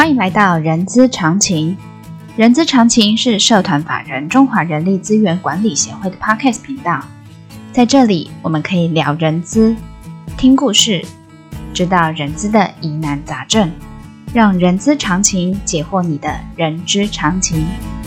欢迎来到人资常情。人资常情是社团法人中华人力资源管理协会的 Podcast 频道，在这里我们可以聊人资，听故事，知道人资的疑难杂症，让人资常情解惑你的人之常情。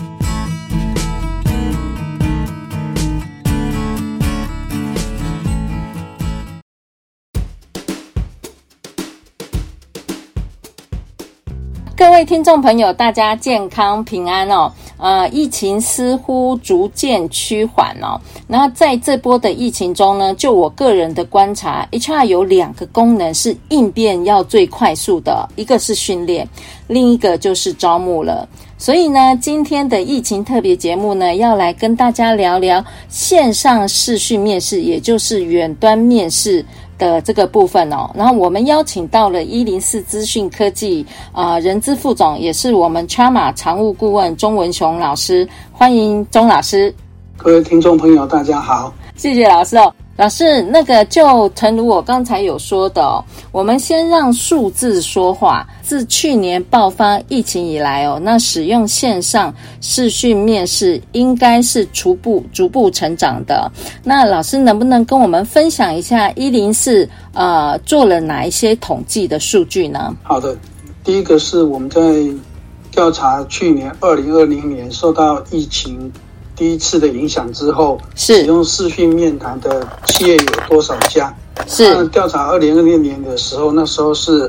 各位听众朋友，大家健康平安哦。疫情似乎逐渐趋缓哦。那在这波的疫情中呢，就我个人的观察 ，HR 有2个功能是应变要最快速的，一个是训练，另一个就是招募了。所以呢，今天的疫情特别节目呢，要来跟大家聊聊线上视讯面试，也就是远端面试的这个部分哦。然后我们邀请到了104资讯科技人资副总，也是我们 Charma 常务顾问钟文雄老师，欢迎钟老师。 各位听众朋友大家好。 谢谢老师哦。老师，那个就诚如我刚才有说的哦，我们先让数字说话。自去年爆发疫情以来哦，那使用线上视讯面试应该是逐步成长的。那老师能不能跟我们分享一下104做了哪一些统计的数据呢？ 好的，第一个是我们在调查去年2020年受到疫情第一次的影响之后，使用视讯面谈的企业有多少家？是调查2020年的时候，那时候是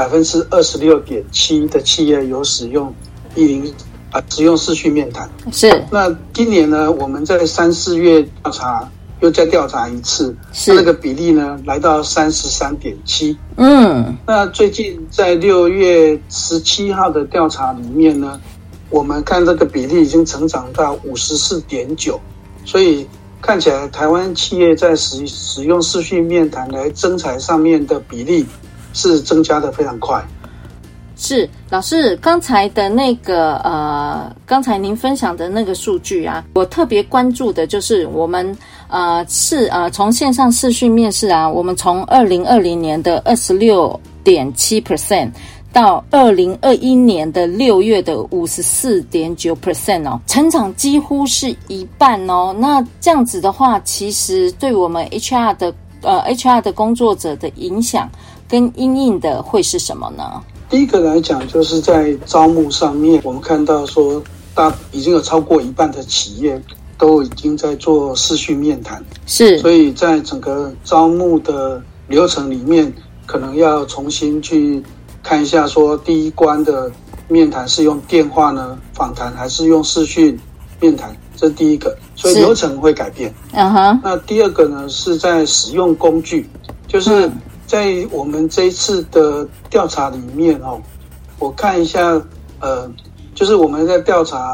26.7%的企业有使用使用视讯面谈。是。那今年呢，我们在3、4月调查，又再调查一次，那个比例呢来到33.7%。那最近在6月17号的调查里面呢，我们看这个比例已经成长到54.9%，所以看起来台湾企业在使用视讯面谈来征才上面的比例是增加的非常快。是，老师刚才的那个刚才您分享的那个数据啊，我特别关注的就是我们从线上视讯面试啊，我们从2020年的26.7% 到2021年的6月的54.9% 哦，成长几乎是一半哦。那这样子的话，其实对我们 HR 的工作者的影响跟因应的会是什么呢？第一个来讲，就是在招募上面，我们看到说，已经有超过一半的企业都已经在做视讯面谈，是，所以在整个招募的流程里面，可能要重新去看一下说第一关的面谈是用电话呢访谈还是用视讯面谈，这是第一个，所以流程会改变。那第二个呢是在使用工具，就是在我们这一次的调查里面我看一下就是我们在调查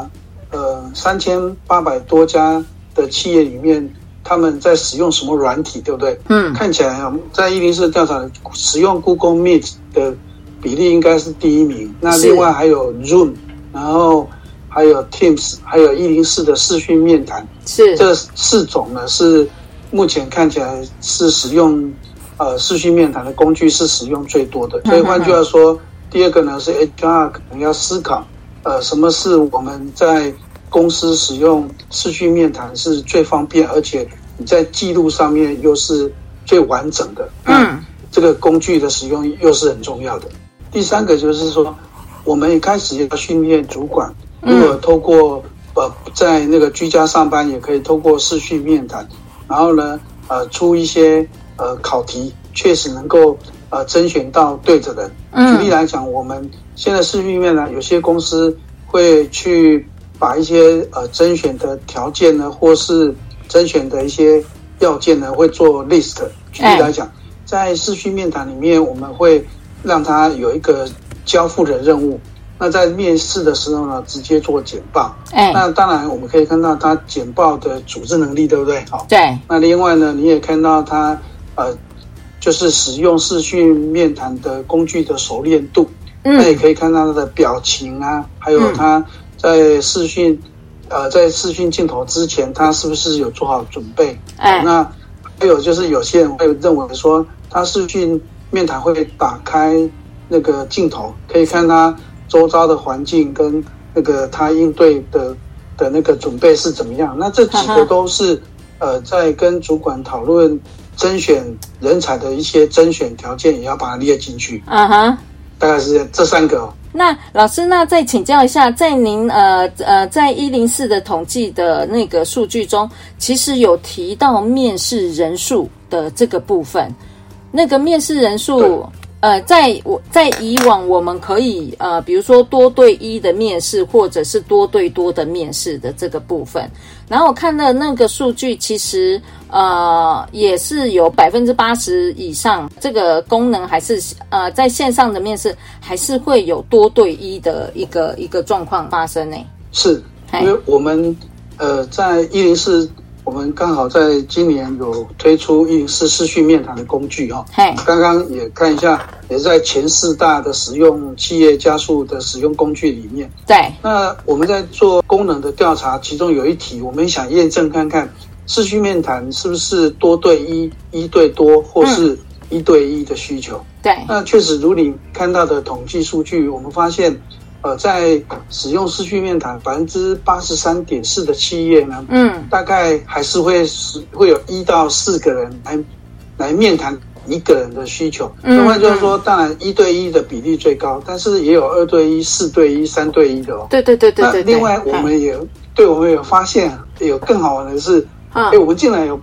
3800多家的企业里面，他们在使用什么软体，对不对？看起来在104调查使用 Google Meet 的比例应该是第1名，那另外还有 Zoom， 然后还有 Teams， 还有104的视讯面谈，是这4种呢是目前看起来是使用视讯面谈的工具是使用最多的。所以换句话说，第二个呢是 HR 可能要思考什么是我们在公司使用视讯面谈是最方便，而且你在记录上面又是最完整的。这个工具的使用又是很重要的。第三个就是说，我们一开始要训练主管，如果透过在那个居家上班，也可以透过视讯面谈，然后呢出一些考题，确实能够甄选到对的人。举例来讲，我们现在视讯面谈，有些公司会去把一些甄选的条件呢，或是甄选的一些要件呢，会做 list。举例来讲，在视讯面谈里面，我们会让他有一个交付的任务，那在面试的时候呢，直接做简报。那当然我们可以看到他简报的组织能力，对不对？对。那另外呢，你也看到他就是使用视讯面谈的工具的熟练度。那也可以看到他的表情啊，还有他在视讯镜头之前，他是不是有做好准备？那还有就是有些人会认为说，他视讯面谈会打开那个镜头，可以看他周遭的环境跟那个他应对的那个准备是怎么样。那这几个都是在跟主管讨论甄选人才的一些甄选条件，也要把它列进去。大概是这3个。 那老师，那再请教一下，在您在104的统计的那个数据中，其实有提到面试人数的这个部分。那个面试人数，在以往我们可以比如说多对1的面试，或者是多对多的面试的这个部分。然后我看到那个数据，其实也是有80%以上，这个功能还是在线上的面试还是会有多对1的一个状况发生呢？ 是，因为我们在104。我们刚好在今年有推出104视讯面谈的工具刚刚也看一下，也是在前4大的使用企业家数的使用工具里面。 对， 那我们在做功能的调查，其中有一题我们想验证看看视讯面谈是不是多对1、1对多，或是1对1的需求。 对， 那确实如你看到的统计数据，我们发现在使用视讯面谈83.4%的企业呢，大概还是会有1到4个人来面谈1个人的需求。另外就是说，当然1对1的比例最高，但是也有2对1、4对1、3对1的哦。 对。 那另外我们也发现有更好玩的是，我们竟然有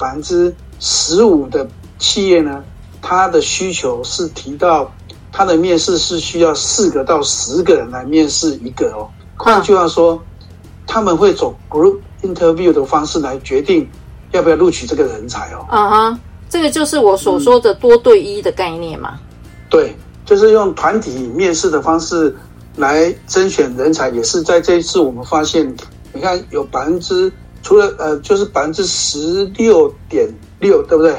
15%的企业呢，它的需求是提到。他的面试是需要4个到10个人来面试1个哦。换句话说，他们会走 group interview 的方式来决定要不要录取这个人才哦。 这个就是我所说的多对1的概念嘛。 对，就是用团体面试的方式来甄选人才，也是在这一次我们发现，你看有除了就是16.6%，对不对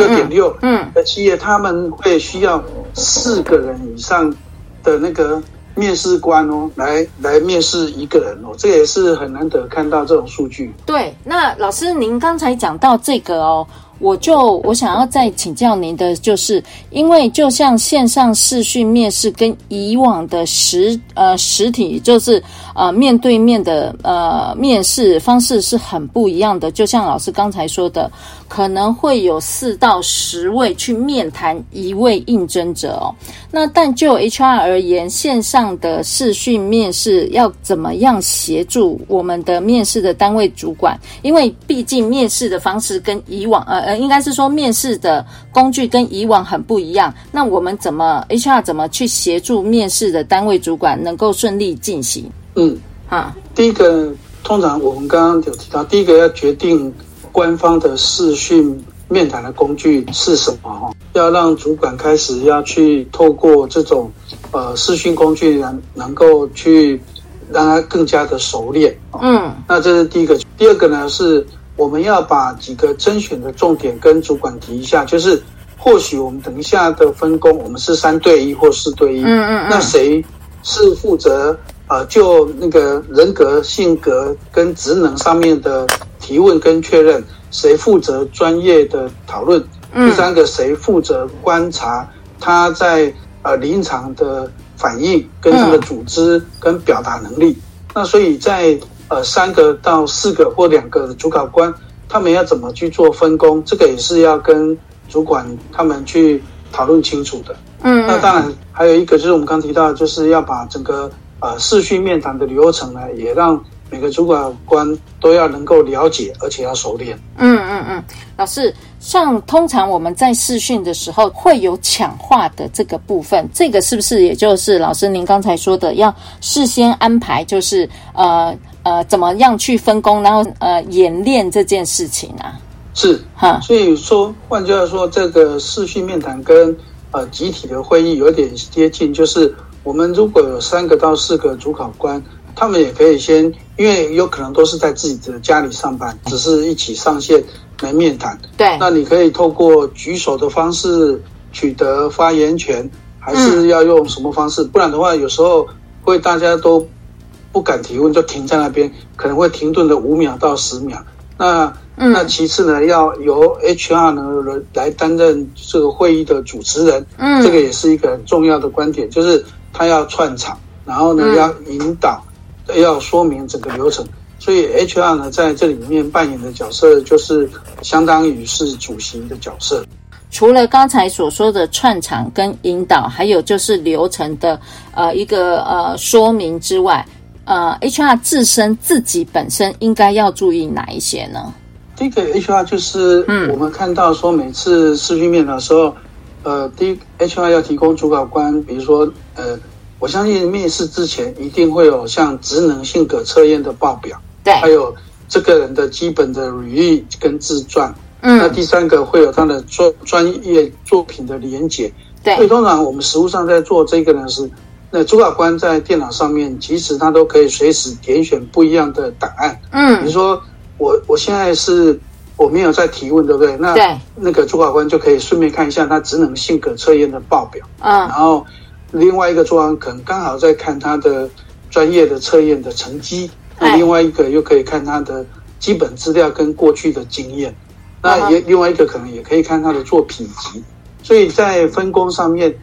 ？16.6%的企业，他们会需要4个人以上的那个面试官来面试1个人哦，这也是很难得看到这种数据。 对，那老师您刚才讲到这个哦，我想要再请教您的，就是因为就像线上视讯面试跟以往的实体就是面对面的面试方式是很不一样的，就像老师刚才说的，可能会有4到10位去面谈1位应征者哦。那但就 HR 而言，线上的视讯面试要怎么样协助我们的面试的单位主管？因为毕竟面试的方式跟以往应该是说面试的工具跟以往很不一样，那我们HR 怎么去协助面试的单位主管能够顺利进行？ 第一个，通常我们刚刚有提到，第一个要决定官方的视讯面谈的工具是什么，要让主管开始要去透过这种视讯工具能够去让他更加的熟练。那这是第一个。第二个呢，是我们要把几个甄选的重点跟主管提一下，就是或许我们等一下的分工，我们是3对1或4对1，那谁是负责就那个人格、性格跟职能上面的提问跟确认，谁负责专业的讨论？第三个，谁负责观察他在临场的反应跟这个组织跟表达能力？那所以在3个到4个或2个的主考官，他们要怎么去做分工？这个也是要跟主管他们去讨论清楚的。那当然还有一个就是我们刚提到，就是要把整个视讯面谈的流程呢，也让每个主管官都要能够了解，而且要熟练。 老师，像通常我们在视讯的时候会有抢话的这个部分，这个是不是也就是老师您刚才说的，要事先安排，就是怎么样去分工，然后演练这件事情啊？ 是，所以说换句话说，这个视讯面谈跟集体的会议有点接近，就是我们如果有3个到4个主考官，他们也可以先，因为有可能都是在自己的家里上班，只是一起上线来面谈。 对， 那你可以透过举手的方式取得发言权，还是要用什么方式？不然的话，有时候会大家都不敢提问，就停在那边，可能会停顿了5秒到10秒。那其次呢，要由 HR 呢来担任这个会议的主持人，这个也是一个很重要的观点，就是他要串场。 然后呢要引导，要说明整个流程。所以 HR 呢在这里面扮演的角色就是相当于是主席的角色。 除了刚才所说的串场跟引导，还有就是流程的一个说明之外，HR 自己本身应该要注意哪一些呢？ 第一个 HR 就是我们看到说每次视讯面的时候，第一 HR 要提供主考官，比如说我相信面试之前一定会有像职能性格测验的报表， 对， 还有这个人的基本的履历跟自传。那第三个会有他的专业作品的连结。对，所以通常我们实务上在做这个呢是，那主考官在电脑上面其实他都可以随时点选不一样的档案。比如说我现在我没有在提问，对不对？那个主考官就可以顺便看一下他职能性格测验的报表。然后另外一个主考官可能刚好在看他的专业的测验的成绩，那另外一个又可以看他的基本资料跟过去的经验。那另外一个可能也可以看他的作品集。所以在分工上面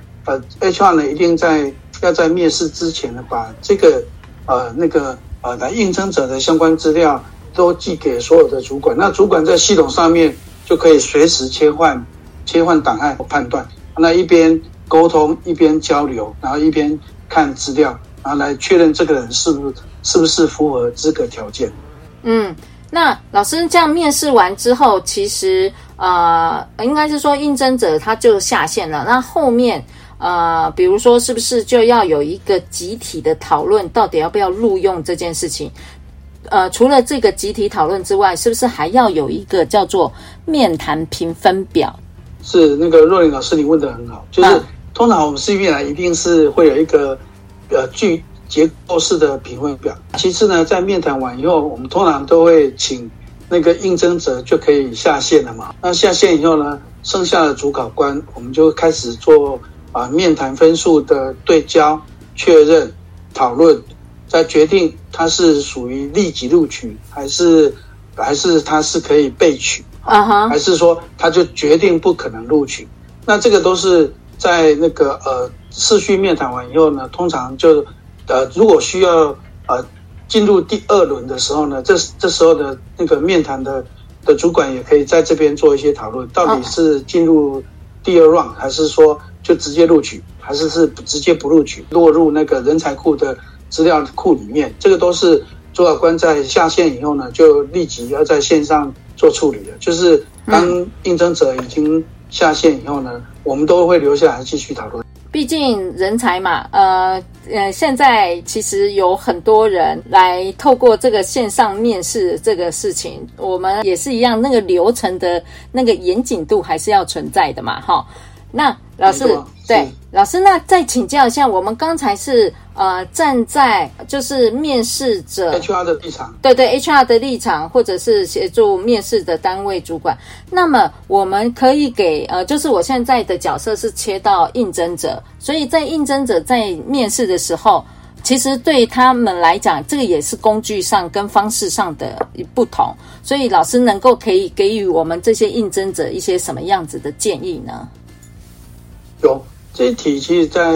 HR 呢一定要在面试之前呢把这个来应征者的相关资料都寄给所有的主管，那主管在系统上面就可以随时切换档案判断，那一边沟通一边交流，然后一边看资料，然后来确认这个人是不是符合资格条件。 那老师这样面试完之后，其实应该是说应征者他就下线了，那后面比如说是不是就要有一个集体的讨论，到底要不要录用这件事情？除了这个集体讨论之外，是不是还要有一个叫做面谈评分表？ 是，那个若琳老师你问得很好，就是通常我们试面来一定是会有一个具结构式的评分表。其次呢，在面谈完以后，我们通常都会请那个应征者就可以下线了嘛。那下线以后呢，剩下的主考官我们就开始做面谈分数的对焦、确认、讨论，再决定他是属于立即录取，还是他是可以备取，还是说他就决定不可能录取。那这个都是在那个视讯面谈完以后呢，通常就如果需要进入第二轮的时候呢，这时候的那个面谈的主管也可以在这边做一些讨论，到底是进入第二 round 还是说就直接录取，还是直接不录取，落入那个人才库的资料库里面。这个都是主考官在下线以后呢，就立即要在线上做处理的。就是当应征者已经下线以后呢，我们都会留下来继续讨论。 毕竟人才嘛，现在其实有很多人来透过这个线上面试这个事情，我们也是一样，那个流程的那个严谨度还是要存在的嘛，齁。那老师，对，老师，那再请教一下，我们刚才是站在就是面试者 HR 的立场， 对 HR 的立场，或者是协助面试的单位主管，那么我们可以给就是我现在的角色是切到应征者，所以在应征者在面试的时候，其实对他们来讲，这个也是工具上跟方式上的不同，所以老师能够可以给予我们这些应征者一些什么样子的建议呢？ 有这一题，其实在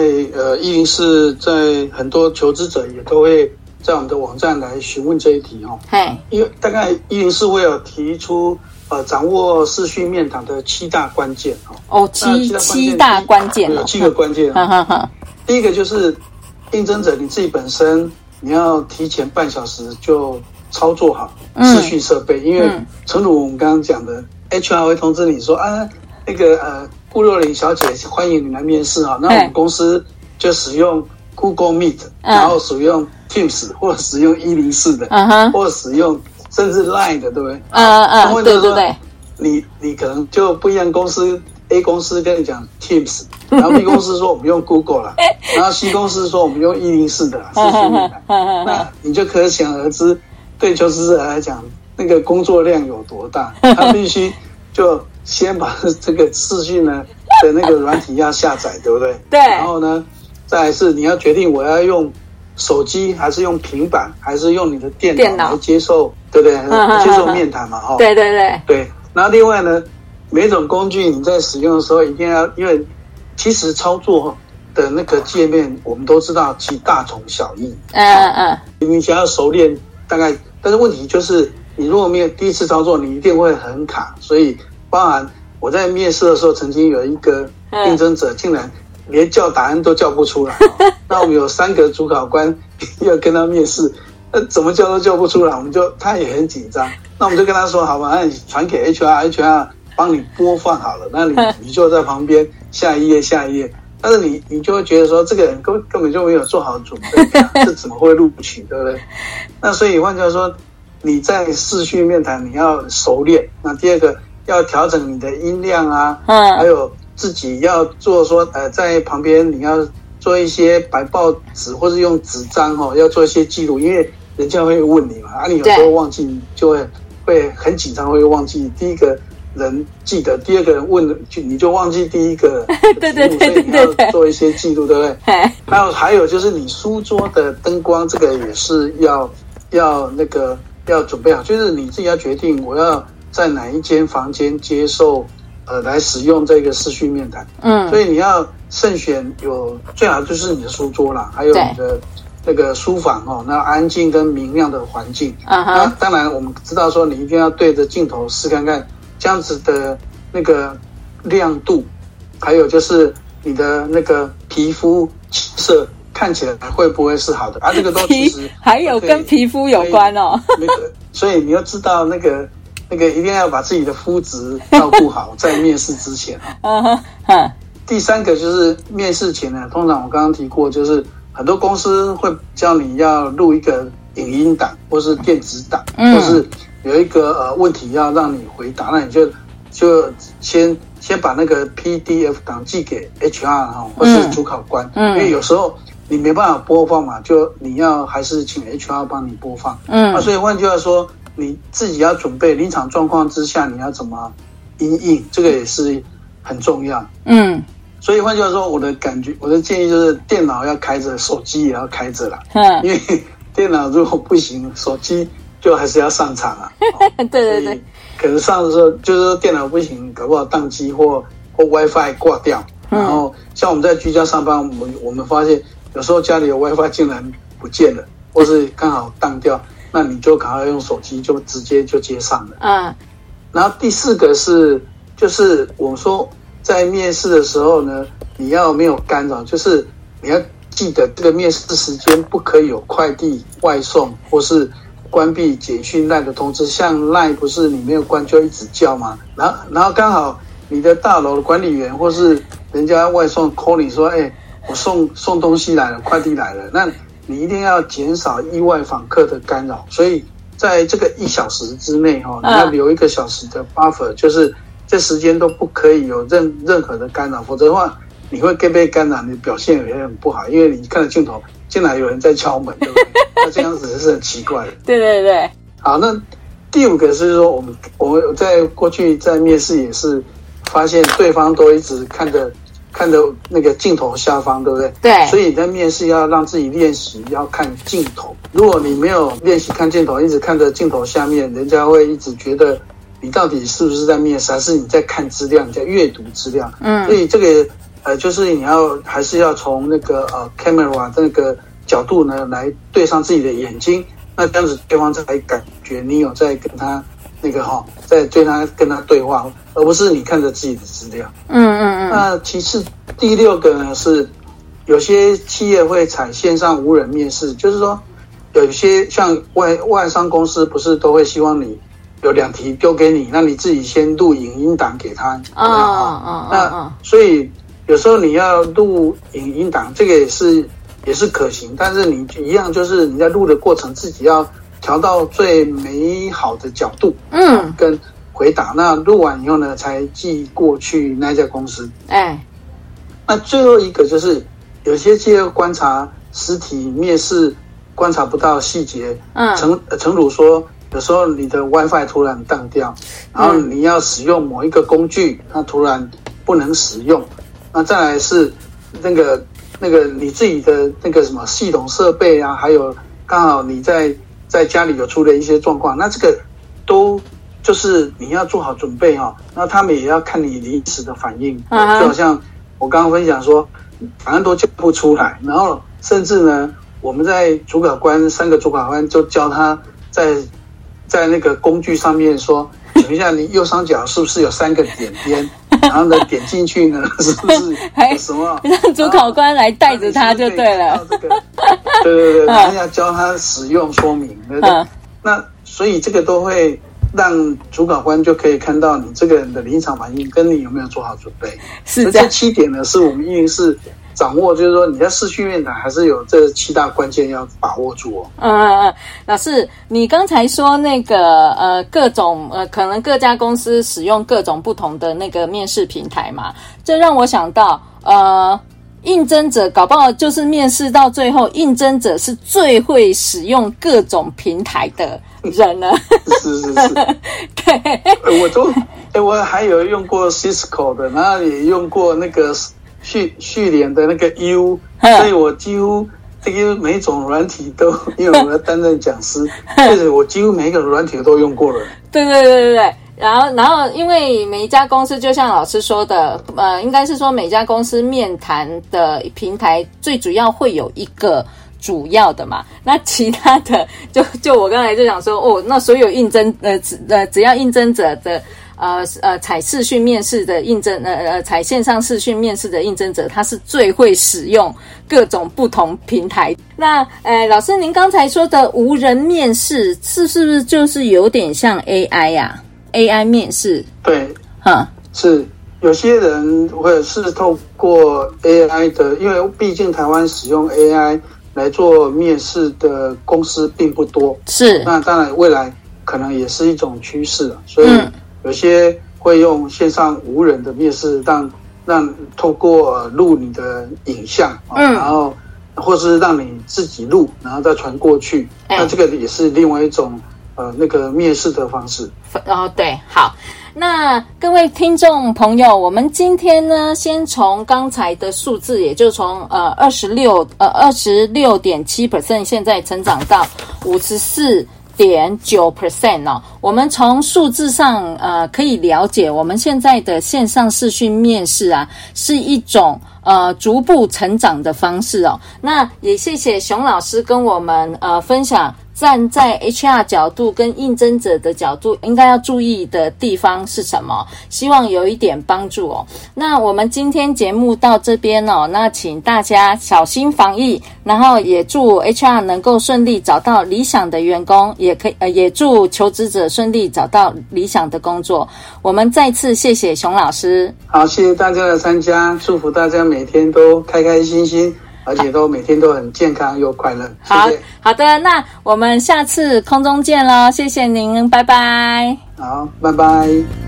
104在很多求职者也都会在我们的网站来询问这一题哦。因为大概104会有提出掌握视讯面谈的7大关键哦。 七大关键有7个关键。第一个就是应征者你自己本身你要提前半小时就操作好视讯设备，因为诚如我们刚刚讲的 ，HR 会通知你说那个顾若琳小姐，欢迎你来面试哈。那我们公司就使用 Google Meet，然后使用 Teams 或使用104的，或使用甚至 Line 的，对不对？对。你可能就不一样，公司 A 公司跟你讲 Teams， 然后 B 公司说我们用 Google 啦，然后 C 公司说我们用104的视讯面谈，那你就可想而知，对求职者来讲，那个工作量有多大，他必须就先把这个视讯呢的那个软体要下载，对不对？ 对。 然后呢，再来是你要决定我要用手机还是用平板，还是用你的电脑来接受，对不对？接受面谈嘛， 对。 对。然后另外呢，每种工具你在使用的时候一定要，因为其实操作的那个界面，我们都知道其大同小异。你想要熟练，大概，但是问题就是你如果第一次操作，你一定会很卡。所以包含我在面试的时候，曾经有一个应征者竟然连叫答案都叫不出来。那我们有3个主考官要跟他面试，怎么叫都叫不出来，他也很紧张。那我们就跟他说，好吧，那你传给 HR 帮你播放好了，那你就在旁边下一页。但是你就会觉得说，这个人根本就没有做好准备，这怎么会录取，对不对？那所以换句话说，你在视讯面谈你要熟练。那第二个要调整你的音量啊，还有自己要做说在旁边你要做一些白报纸或是用纸张要做一些记录，因为人家会问你嘛，你有时候忘记就会很紧张，会忘记第一个人记得，第二个人问你就忘记第一个对， 所以你要做一些记录，对不对？还有就是你书桌的灯光，这个也是要准备好，就是你自己要决定我要在哪一间房间接受来使用这个视讯面谈。所以你要慎选，最好就是你的书桌啦，还有你的那个书房那安静跟明亮的环境。那当然我们知道说你一定要对着镜头试看看这样子的那个亮度，还有就是你的那个皮肤气色看起来会不会是好的这个都其实还有跟皮肤有关所以你要知道那个一定要把自己的肤质照顾好在面试之前第3个就是面试前呢，通常我刚刚提过，就是很多公司会叫你要录一个影音档或是电子档，或是有一个问题要让你回答，那你就先把那个 PDF 档寄给 HR 或是主考官，因为有时候你没办法播放嘛，你要还是请 HR 帮你播放。所以换句话说，你自己要准备临场状况之下你要怎么因应，这个也是很重要。所以换句话说，我的建议就是电脑要开着，手机也要开着啦。因为电脑如果不行，手机就还是要上场啊。对，可能上的时候就是说电脑不行，搞不好宕机或 WiFi 挂掉。然后像我们在居家上班，我们发现有时候家里有 WiFi 竟然不见了，或是刚好当掉，那你就赶快用手机就直接就接上了。然后第4个就是我说在面试的时候呢，你要没有干扰，就是你要记得这个面试时间不可以有快递外送或是关闭简讯 LINE 的通知，像 LINE 不是你没有关就一直叫吗？然后刚好你的大楼的管理员或是人家外送 call 你说，我送东西来了，快递来了，那你一定要减少意外访客的干扰。所以在这个1小时之内你要留1个小时的 buffer， 就是这时间都不可以有任何的干扰，否则的话你会被干扰，你的表现也很不好，因为你看着镜头进来有人在敲门，对不对？那这样子是很奇怪的。 对。 好，那第5个是说，我们在过去在面试也是发现对方都一直看着那个镜头下方，对不对？ 对。 所以你在面试要让自己练习要看镜头。如果你没有练习看镜头，一直看着镜头下面，人家会一直觉得你到底是不是在面试，还是你在看资料，你在阅读资料。所以这个就是你还是要从那个camera 那个角度呢来对上自己的眼睛，那这样子对方才感觉你有在跟他那个在跟他对话，而不是你看着自己的资料。那其次第6个呢是有些企业会采线上无人面试，就是说有些像外商公司不是都会希望你有2题丢给你，那你自己先录影音档给他。那所以有时候你要录影音档，这个也是可行，但是你一样就是你在录的过程自己要调到最美好的角度，跟回答。那录完以后呢，才寄过去那家公司。那最后一个就是有些企业观察实体面试观察不到细节，诚如说有时候你的 WiFi 突然当掉，然后你要使用某一个工具，它突然不能使用。那再来是那个你自己的那个什么系统设备啊，还有刚好你在家里有出了一些状况，那这个都就是你要做好准备那他们也要看你临时的反应。就好像我刚刚分享说， 反正都叫不出来，然后甚至呢，我们在主考官3个主考官就教他在那个工具上面说，请问一下你右上角是不是有3个点点？然后呢点进去呢是不是有什么？ 让主考官来带着他就对了。 对，然后要教他使用说明，对不对？那所以这个都会让主考官就可以看到你这个人的临场反应跟你有没有做好准备。 是这样。 这7点呢，是我们一定是掌握，就是说你在视讯面谈还是有这7大关键要把握住哦。 老师，你刚才说那个各种可能各家公司使用各种不同的那个面试平台嘛，这让我想到应征者搞不好就是面试到最后，应征者是最会使用各种平台的人了。 是。 对， 我还有用过 Cisco 的，然后也用过那个旭联的那个 U， 所以我几乎这个每一种软体都，因为我要担任讲师，所以我几乎每一个软体都用过了。 对。然后，因为每一家公司就像老师说的，应该是说每家公司面谈的平台最主要会有一个主要的嘛，那其他的就我刚才就想说，那所有应征只要应征者的采视讯面试的应征采线上视讯面试的应征者，他是最会使用各种不同平台。那老师您刚才说的无人面试是不是就是有点像 AI 呀？AI 面试， 对，是有些人或者是透过 AI 的，因为毕竟台湾使用 AI 来做面试的公司并不多， 是。 那当然未来可能也是一种趋势了，所以有些会用线上无人的面试，让透过录你的影像，然后或是让你自己录，然后再传过去，那这个也是另外一种那个面试的方式。 对，好。那各位听众朋友，我们今天呢，先从刚才的数字，也就从26.7% 现在成长到54.9% 哦。我们从数字上可以了解，我们现在的线上视讯面试啊，是一种逐步成长的方式哦。那也谢谢熊老师跟我们分享，站在 HR 角度跟应征者的角度应该要注意的地方是什么，希望有一点帮助哦。那我们今天节目到这边哦，那请大家小心防疫，然后也祝 HR 能够顺利找到理想的员工，也祝求职者顺利找到理想的工作。我们再次谢谢熊老师。 好，谢谢大家的参加，祝福大家每天都开开心心，而且都每天都很健康又快乐。谢谢。 好的，那我们下次空中见咯，谢谢您，拜拜。 好，拜拜。